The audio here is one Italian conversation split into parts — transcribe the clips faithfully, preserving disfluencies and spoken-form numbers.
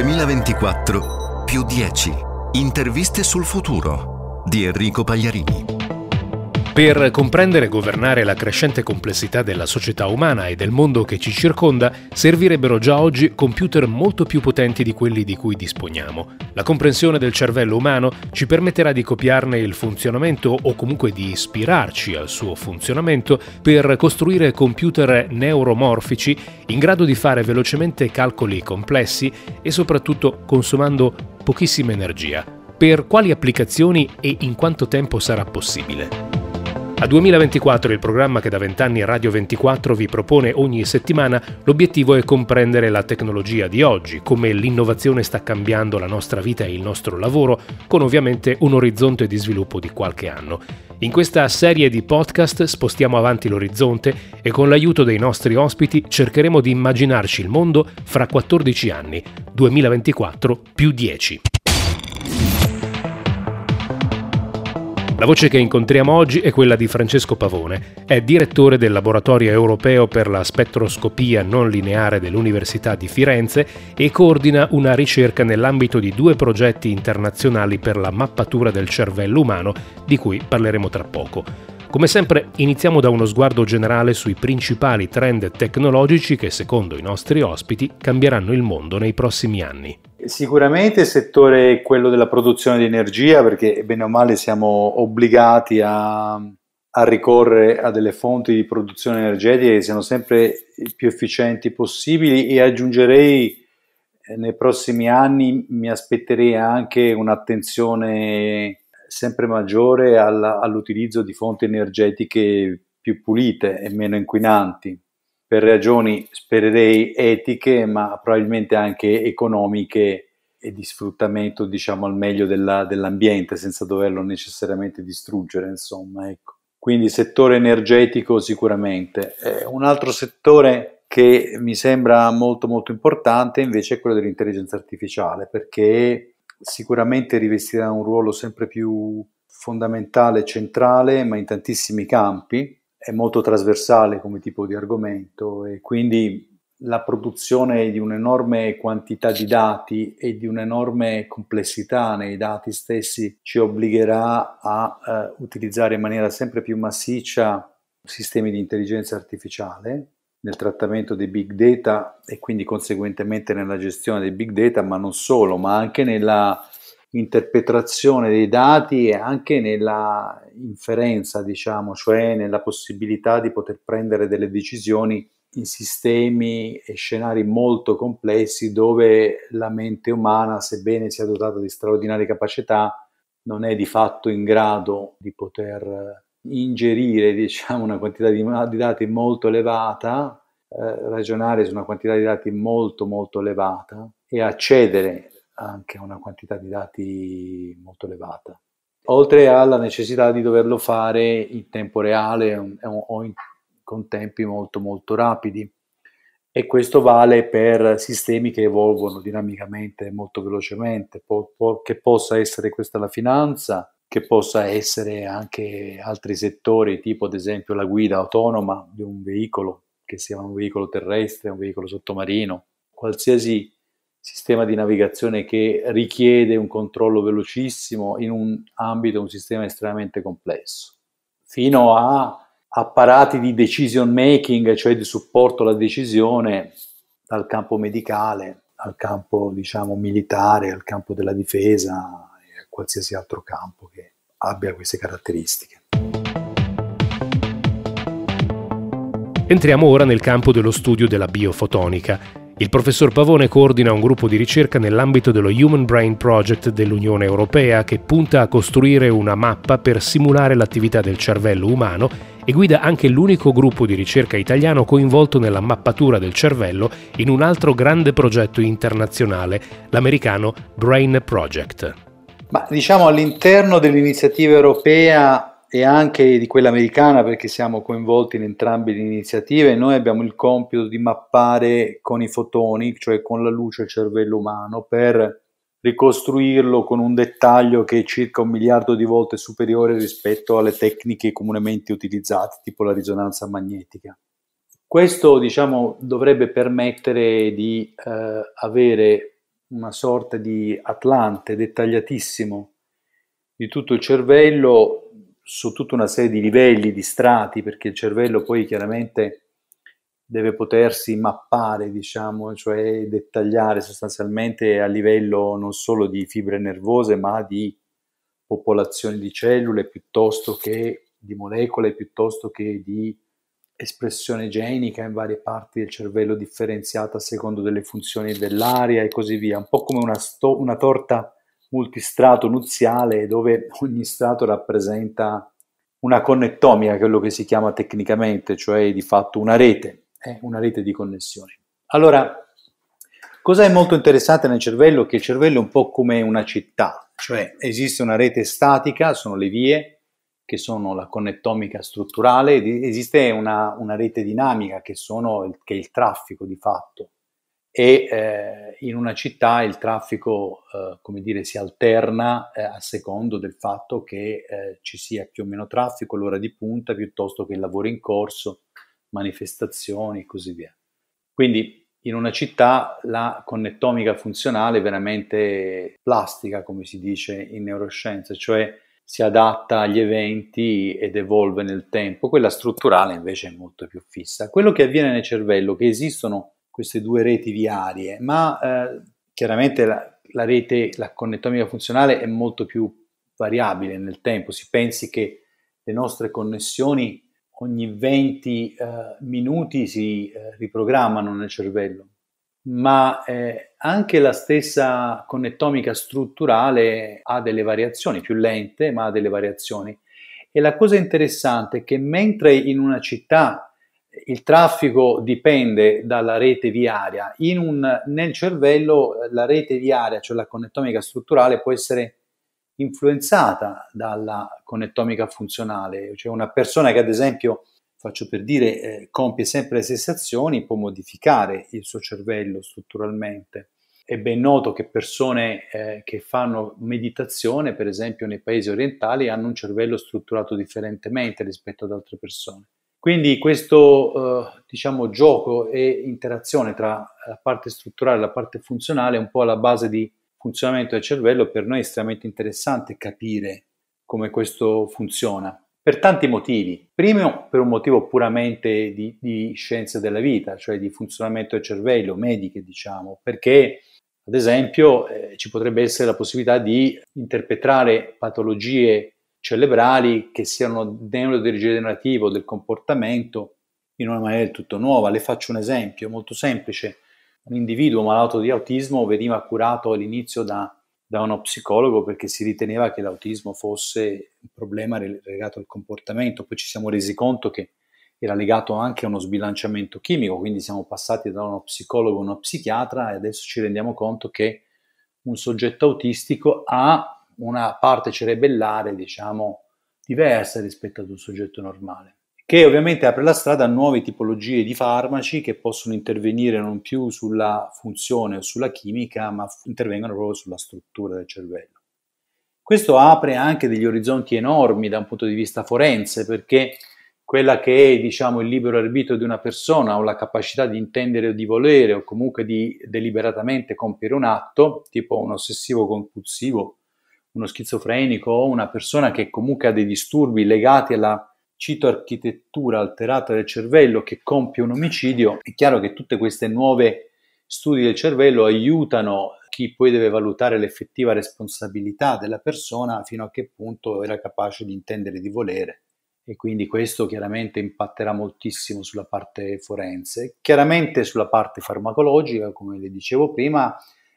duemilaventiquattro più dieci. Interviste sul futuro di Enrico Pagliarini. Per comprendere e governare la crescente complessità della società umana e del mondo che ci circonda, servirebbero già oggi computer molto più potenti di quelli di cui disponiamo. La comprensione del cervello umano ci permetterà di copiarne il funzionamento o comunque di ispirarci al suo funzionamento per costruire computer neuromorfici in grado di fare velocemente calcoli complessi e soprattutto consumando pochissima energia. Per quali applicazioni e in quanto tempo sarà possibile? A duemilaventiquattro, il programma che da vent'anni Radio ventiquattro vi propone ogni settimana, l'obiettivo è comprendere la tecnologia di oggi, come l'innovazione sta cambiando la nostra vita e il nostro lavoro, con ovviamente un orizzonte di sviluppo di qualche anno. In questa serie di podcast spostiamo avanti l'orizzonte e con l'aiuto dei nostri ospiti cercheremo di immaginarci il mondo fra quattordici anni, duemilaventiquattro più dieci. La voce che incontriamo oggi è quella di Francesco Pavone. È direttore del Laboratorio Europeo per la Spettroscopia Non Lineare dell'Università di Firenze e coordina una ricerca nell'ambito di due progetti internazionali per la mappatura del cervello umano, di cui parleremo tra poco. Come sempre, iniziamo da uno sguardo generale sui principali trend tecnologici che, secondo i nostri ospiti, cambieranno il mondo nei prossimi anni. Sicuramente il settore è quello della produzione di energia, perché bene o male siamo obbligati a, a ricorrere a delle fonti di produzione energetica che siano sempre più efficienti possibili, e aggiungerei eh, nei prossimi anni mi aspetterei anche un'attenzione sempre maggiore alla, all'utilizzo di fonti energetiche più pulite e meno inquinanti, per ragioni spererei etiche, ma probabilmente anche economiche e di sfruttamento, diciamo, al meglio della, dell'ambiente, senza doverlo necessariamente distruggere, insomma, ecco. Quindi settore energetico sicuramente. Eh, un altro settore che mi sembra molto molto importante invece è quello dell'intelligenza artificiale, perché sicuramente rivestirà un ruolo sempre più fondamentale e centrale, ma in tantissimi campi. È molto trasversale come tipo di argomento, e quindi la produzione di un'enorme quantità di dati e di un'enorme complessità nei dati stessi ci obbligherà a eh, utilizzare in maniera sempre più massiccia sistemi di intelligenza artificiale nel trattamento dei big data e quindi conseguentemente nella gestione dei big data, ma non solo, ma anche nella interpretazione dei dati e anche nella inferenza, diciamo, cioè nella possibilità di poter prendere delle decisioni in sistemi e scenari molto complessi, dove la mente umana, sebbene sia dotata di straordinarie capacità, non è di fatto in grado di poter ingerire, diciamo, una quantità di, di dati molto elevata, eh, ragionare su una quantità di dati molto molto elevata e accedere anche a una quantità di dati molto elevata, oltre alla necessità di doverlo fare in tempo reale o in, con tempi molto molto rapidi, e questo vale per sistemi che evolvono dinamicamente molto velocemente, po- po- che possa essere questa la finanza, che possa essere anche altri settori, tipo ad esempio la guida autonoma di un veicolo, che sia un veicolo terrestre, un veicolo sottomarino, qualsiasi sistema di navigazione che richiede un controllo velocissimo in un ambito, un sistema estremamente complesso, fino a apparati di decision making, cioè di supporto alla decisione, dal campo medicale al campo, diciamo, militare, al campo della difesa e a qualsiasi altro campo che abbia queste caratteristiche. Entriamo ora nel campo dello studio della biofotonica. Il professor Pavone coordina un gruppo di ricerca nell'ambito dello Human Brain Project dell'Unione Europea, che punta a costruire una mappa per simulare l'attività del cervello umano, e guida anche l'unico gruppo di ricerca italiano coinvolto nella mappatura del cervello in un altro grande progetto internazionale, l'americano Brain Project. Ma diciamo all'interno dell'iniziativa europea e anche di quella americana, perché siamo coinvolti in entrambe le iniziative, noi abbiamo il compito di mappare con i fotoni, cioè con la luce, il cervello umano, per ricostruirlo con un dettaglio che è circa un miliardo di volte superiore rispetto alle tecniche comunemente utilizzate, tipo la risonanza magnetica. Questo, diciamo, dovrebbe permettere di eh, avere una sorta di atlante dettagliatissimo di tutto il cervello su tutta una serie di livelli, di strati, perché il cervello poi chiaramente deve potersi mappare, diciamo, cioè dettagliare sostanzialmente a livello non solo di fibre nervose, ma di popolazioni di cellule piuttosto che di molecole, piuttosto che di espressione genica in varie parti del cervello differenziata a secondo delle funzioni dell'area e così via, un po' come una, sto- una torta multistrato nuziale dove ogni strato rappresenta una connettomica, quello che si chiama tecnicamente, cioè di fatto una rete, eh, una rete di connessioni. Allora, cosa è molto interessante nel cervello? Che il cervello è un po' come una città, cioè esiste una rete statica, sono le vie, che sono la connettomica strutturale, esiste una, una rete dinamica che, sono il, che è il traffico di fatto, e eh, in una città il traffico, eh, come dire, si alterna eh, a secondo del fatto che eh, ci sia più o meno traffico, l'ora di punta, piuttosto che il lavoro in corso, manifestazioni e così via. Quindi in una città la connettomica funzionale è veramente plastica, come si dice in neuroscienze, cioè si adatta agli eventi ed evolve nel tempo. Quella strutturale invece è molto più fissa. Quello che avviene nel cervello è che esistono queste due reti viarie, ma eh, chiaramente la, la rete, la connettomica funzionale è molto più variabile nel tempo. Si pensi che le nostre connessioni ogni venti eh, minuti si eh, riprogrammano nel cervello, ma eh, anche la stessa connettomica strutturale ha delle variazioni, più lente, ma ha delle variazioni. E la cosa interessante è che mentre in una città il traffico dipende dalla rete viaria, in un, nel cervello la rete viaria, cioè la connettomica strutturale, può essere influenzata dalla connettomica funzionale. Cioè una persona che ad esempio, faccio per dire, eh, compie sempre le stesse azioni, può modificare il suo cervello strutturalmente. È ben noto che persone eh, che fanno meditazione, per esempio nei paesi orientali, hanno un cervello strutturato differentemente rispetto ad altre persone. Quindi questo eh, diciamo, gioco e interazione tra la parte strutturale e la parte funzionale è un po' alla base di funzionamento del cervello. Per noi è estremamente interessante capire come questo funziona, per tanti motivi. Primo, per un motivo puramente di, di scienze della vita, cioè di funzionamento del cervello, mediche diciamo, perché ad esempio eh, ci potrebbe essere la possibilità di interpretare patologie cerebrali che siano neurodegenerativo del comportamento in una maniera del tutto nuova. Le faccio un esempio molto semplice. Un individuo malato di autismo veniva curato all'inizio da, da uno psicologo perché si riteneva che l'autismo fosse un problema legato al comportamento. Poi ci siamo resi conto che era legato anche a uno sbilanciamento chimico, quindi siamo passati da uno psicologo a uno psichiatra e adesso ci rendiamo conto che un soggetto autistico ha una parte cerebellare, diciamo, diversa rispetto ad un soggetto normale, che ovviamente apre la strada a nuove tipologie di farmaci che possono intervenire non più sulla funzione o sulla chimica, ma intervengono proprio sulla struttura del cervello. Questo apre anche degli orizzonti enormi da un punto di vista forense, perché quella che è, diciamo, il libero arbitrio di una persona o la capacità di intendere o di volere o comunque di deliberatamente compiere un atto, tipo un ossessivo compulsivo, uno schizofrenico o una persona che comunque ha dei disturbi legati alla citoarchitettura alterata del cervello che compie un omicidio, è chiaro che tutte queste nuove studi del cervello aiutano chi poi deve valutare l'effettiva responsabilità della persona fino a che punto era capace di intendere e di volere. E quindi questo chiaramente impatterà moltissimo sulla parte forense, chiaramente sulla parte farmacologica, come le dicevo prima,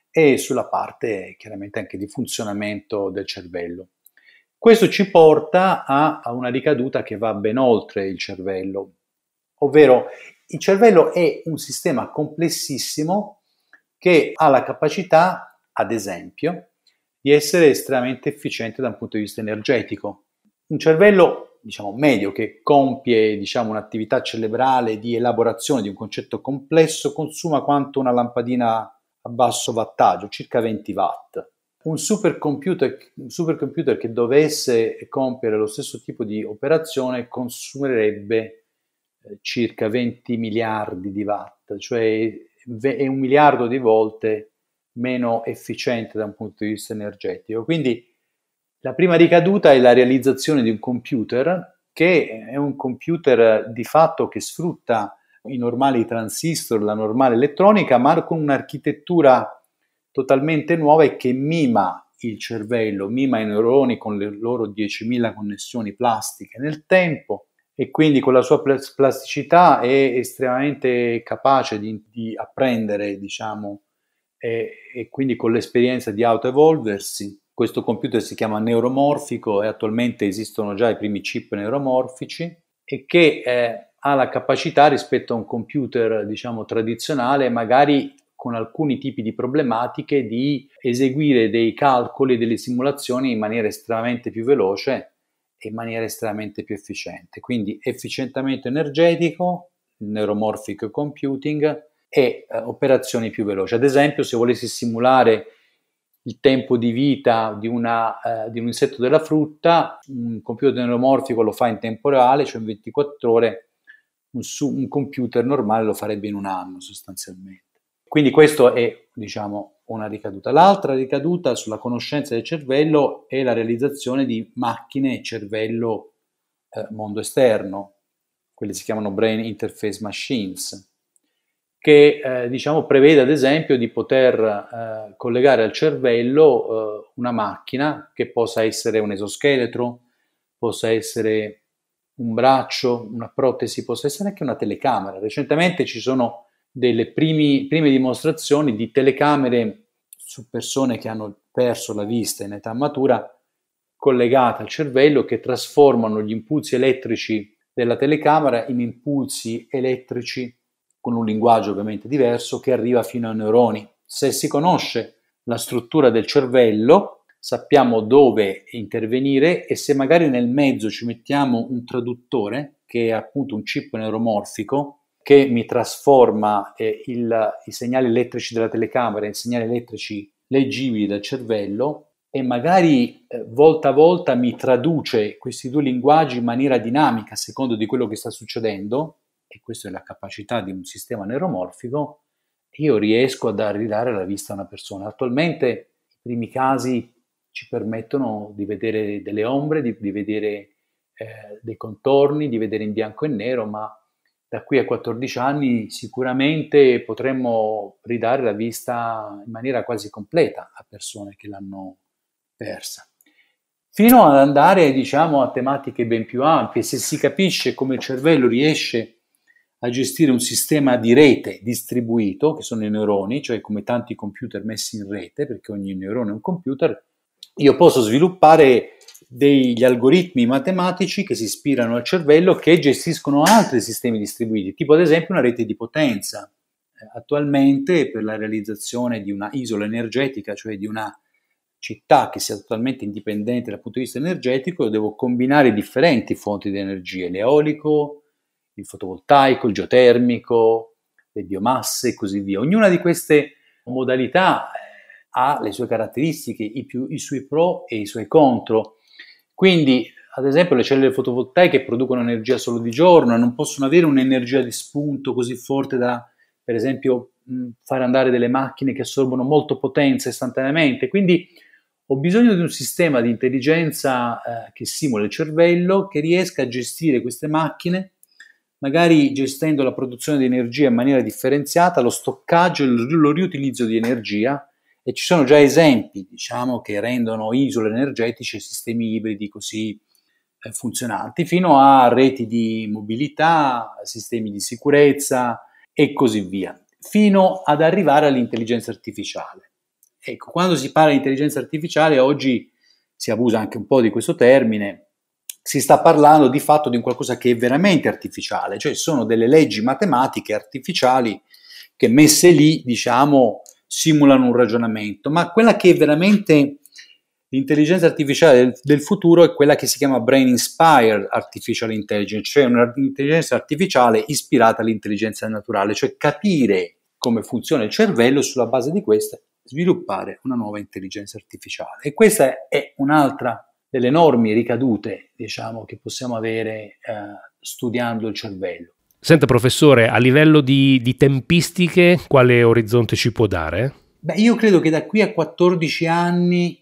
e sulla parte chiaramente anche di funzionamento del cervello. Questo ci porta a, a una ricaduta che va ben oltre il cervello, ovvero il cervello è un sistema complessissimo che ha la capacità, ad esempio, di essere estremamente efficiente da un punto di vista energetico. Un cervello, diciamo, medio che compie, diciamo, un'attività cerebrale di elaborazione di un concetto complesso consuma quanto una lampadina a basso wattaggio, circa venti watt. Un supercomputer, un supercomputer che dovesse compiere lo stesso tipo di operazione consumerebbe eh, circa venti miliardi di watt, cioè è un miliardo di volte meno efficiente da un punto di vista energetico. Quindi la prima ricaduta è la realizzazione di un computer che è un computer di fatto che sfrutta i normali transistor, la normale elettronica, ma con un'architettura totalmente nuova e che mima il cervello, mima i neuroni con le loro diecimila connessioni plastiche nel tempo, e quindi con la sua plasticità è estremamente capace di, di apprendere, diciamo, e, e quindi con l'esperienza di autoevolversi. Questo computer si chiama neuromorfico e attualmente esistono già i primi chip neuromorfici, e che eh, ha la capacità rispetto a un computer, diciamo, tradizionale, magari con alcuni tipi di problematiche, di eseguire dei calcoli, delle simulazioni in maniera estremamente più veloce e in maniera estremamente più efficiente. Quindi efficientamento energetico, neuromorphic computing e eh, operazioni più veloci. Ad esempio, se volessi simulare il tempo di vita di, una, eh, di un insetto della frutta, un computer neuromorfico lo fa in tempo reale, cioè in ventiquattro ore, un, su, un computer normale lo farebbe in un anno sostanzialmente. Quindi questo è, diciamo, una ricaduta. L'altra ricaduta sulla conoscenza del cervello è la realizzazione di macchine cervello eh, mondo esterno, quelle si chiamano Brain Interface Machines, che eh, diciamo prevede ad esempio di poter eh, collegare al cervello eh, una macchina che possa essere un esoscheletro, possa essere un braccio, una protesi, possa essere anche una telecamera. Recentemente ci sono delle primi, prime dimostrazioni di telecamere su persone che hanno perso la vista in età matura, collegate al cervello, che trasformano gli impulsi elettrici della telecamera in impulsi elettrici con un linguaggio ovviamente diverso che arriva fino ai neuroni. Se si conosce la struttura del cervello, sappiamo dove intervenire, e se magari nel mezzo ci mettiamo un traduttore, che è appunto un chip neuromorfico, che mi trasforma eh, il, i segnali elettrici della telecamera in segnali elettrici leggibili dal cervello, e magari eh, volta a volta mi traduce questi due linguaggi in maniera dinamica a secondo di quello che sta succedendo, e questa è la capacità di un sistema neuromorfico, io riesco a dare, ridare la vista a una persona. Attualmente i primi casi ci permettono di vedere delle ombre, di, di vedere eh, dei contorni, di vedere in bianco e nero, ma da qui a quattordici anni sicuramente potremmo ridare la vista in maniera quasi completa a persone che l'hanno persa. Fino ad andare, diciamo, a tematiche ben più ampie. Se si capisce come il cervello riesce a gestire un sistema di rete distribuito, che sono i neuroni, cioè come tanti computer messi in rete, perché ogni neurone è un computer, io posso sviluppare degli algoritmi matematici che si ispirano al cervello, che gestiscono altri sistemi distribuiti, tipo ad esempio una rete di potenza. Eh, attualmente, per la realizzazione di una isola energetica, cioè di una città che sia totalmente indipendente dal punto di vista energetico, io devo combinare differenti fonti di energia, l'eolico, il fotovoltaico, il geotermico, le biomasse e così via. Ognuna di queste modalità ha le sue caratteristiche, i, più, i suoi pro e i suoi contro. Quindi, ad esempio, le cellule fotovoltaiche producono energia solo di giorno e non possono avere un'energia di spunto così forte da, per esempio, mh, fare andare delle macchine che assorbono molto potenza istantaneamente. Quindi ho bisogno di un sistema di intelligenza eh, che simula il cervello, che riesca a gestire queste macchine, magari gestendo la produzione di energia in maniera differenziata, lo stoccaggio e lo riutilizzo di energia. E ci sono già esempi, diciamo, che rendono isole energetiche e sistemi ibridi così eh, funzionanti, fino a reti di mobilità, sistemi di sicurezza e così via, fino ad arrivare all'intelligenza artificiale. Ecco, quando si parla di intelligenza artificiale, oggi si abusa anche un po' di questo termine, si sta parlando di fatto di un qualcosa che è veramente artificiale, cioè sono delle leggi matematiche artificiali che messe lì, diciamo, simulano un ragionamento, ma quella che è veramente l'intelligenza artificiale del, del futuro è quella che si chiama Brain Inspired Artificial Intelligence, cioè un'intelligenza artificiale ispirata all'intelligenza naturale, cioè capire come funziona il cervello, sulla base di questa sviluppare una nuova intelligenza artificiale. E questa è un'altra delle enormi ricadute, diciamo, che possiamo avere eh, studiando il cervello. Senta professore, a livello di, di tempistiche, quale orizzonte ci può dare? Beh, io credo che da qui a quattordici anni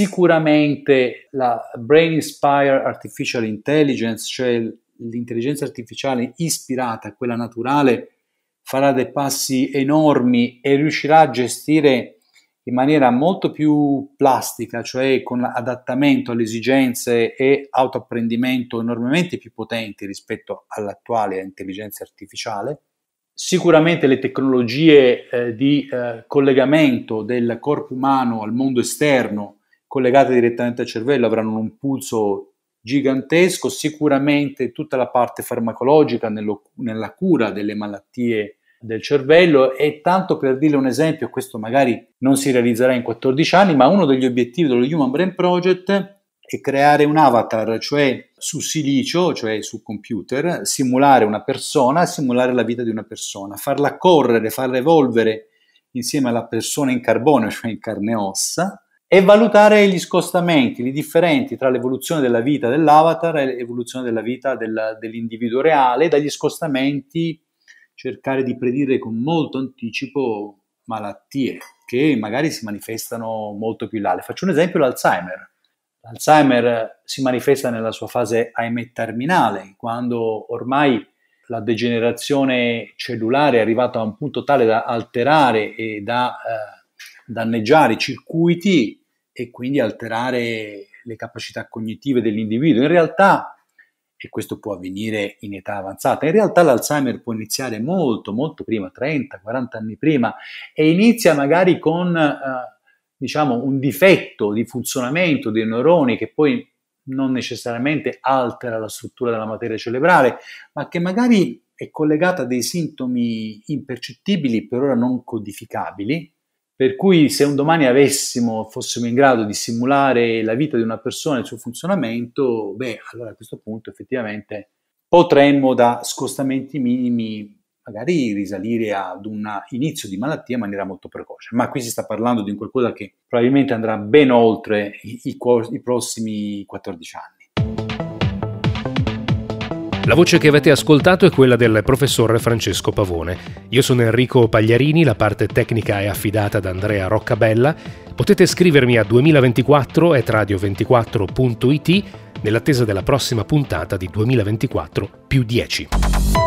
sicuramente la Brain Inspired Artificial Intelligence, cioè l'intelligenza artificiale ispirata a quella naturale, farà dei passi enormi e riuscirà a gestire in maniera molto più plastica, cioè con adattamento alle esigenze e autoapprendimento enormemente più potenti rispetto all'attuale intelligenza artificiale. Sicuramente le tecnologie eh, di eh, collegamento del corpo umano al mondo esterno, collegate direttamente al cervello, avranno un impulso gigantesco. Sicuramente tutta la parte farmacologica nello, nella cura delle malattie del cervello. E tanto per dire un esempio, questo magari non si realizzerà in quattordici anni, ma uno degli obiettivi dello Human Brain Project è creare un avatar, cioè su silicio, cioè su computer, simulare una persona, simulare la vita di una persona, farla correre, farla evolvere insieme alla persona in carbonio, cioè in carne e ossa, e valutare gli scostamenti, li differenti tra l'evoluzione della vita dell'avatar e l'evoluzione della vita del, dell'individuo reale. Dagli scostamenti cercare di predire con molto anticipo malattie che magari si manifestano molto più in là. Le faccio un esempio: l'Alzheimer. L'Alzheimer si manifesta nella sua fase, ahimè, terminale, quando ormai la degenerazione cellulare è arrivata a un punto tale da alterare e da eh, danneggiare i circuiti e quindi alterare le capacità cognitive dell'individuo. In realtà, e questo può avvenire in età avanzata, in realtà l'Alzheimer può iniziare molto, molto prima, trenta quaranta anni prima, e inizia magari con eh, diciamo un difetto di funzionamento dei neuroni che poi non necessariamente altera la struttura della materia cerebrale, ma che magari è collegata a dei sintomi impercettibili, per ora non codificabili, per cui se un domani avessimo, fossimo in grado di simulare la vita di una persona e il suo funzionamento, beh, allora a questo punto effettivamente potremmo da scostamenti minimi magari risalire ad un inizio di malattia in maniera molto precoce. Ma qui si sta parlando di un qualcosa che probabilmente andrà ben oltre i, i, i prossimi quattordici anni. La voce che avete ascoltato è quella del professor Francesco Pavone. Io sono Enrico Pagliarini, la parte tecnica è affidata ad Andrea Roccabella. Potete scrivermi a duemilaventiquattro chiocciola radio ventiquattro punto it nell'attesa della prossima puntata di duemilaventiquattro più dieci.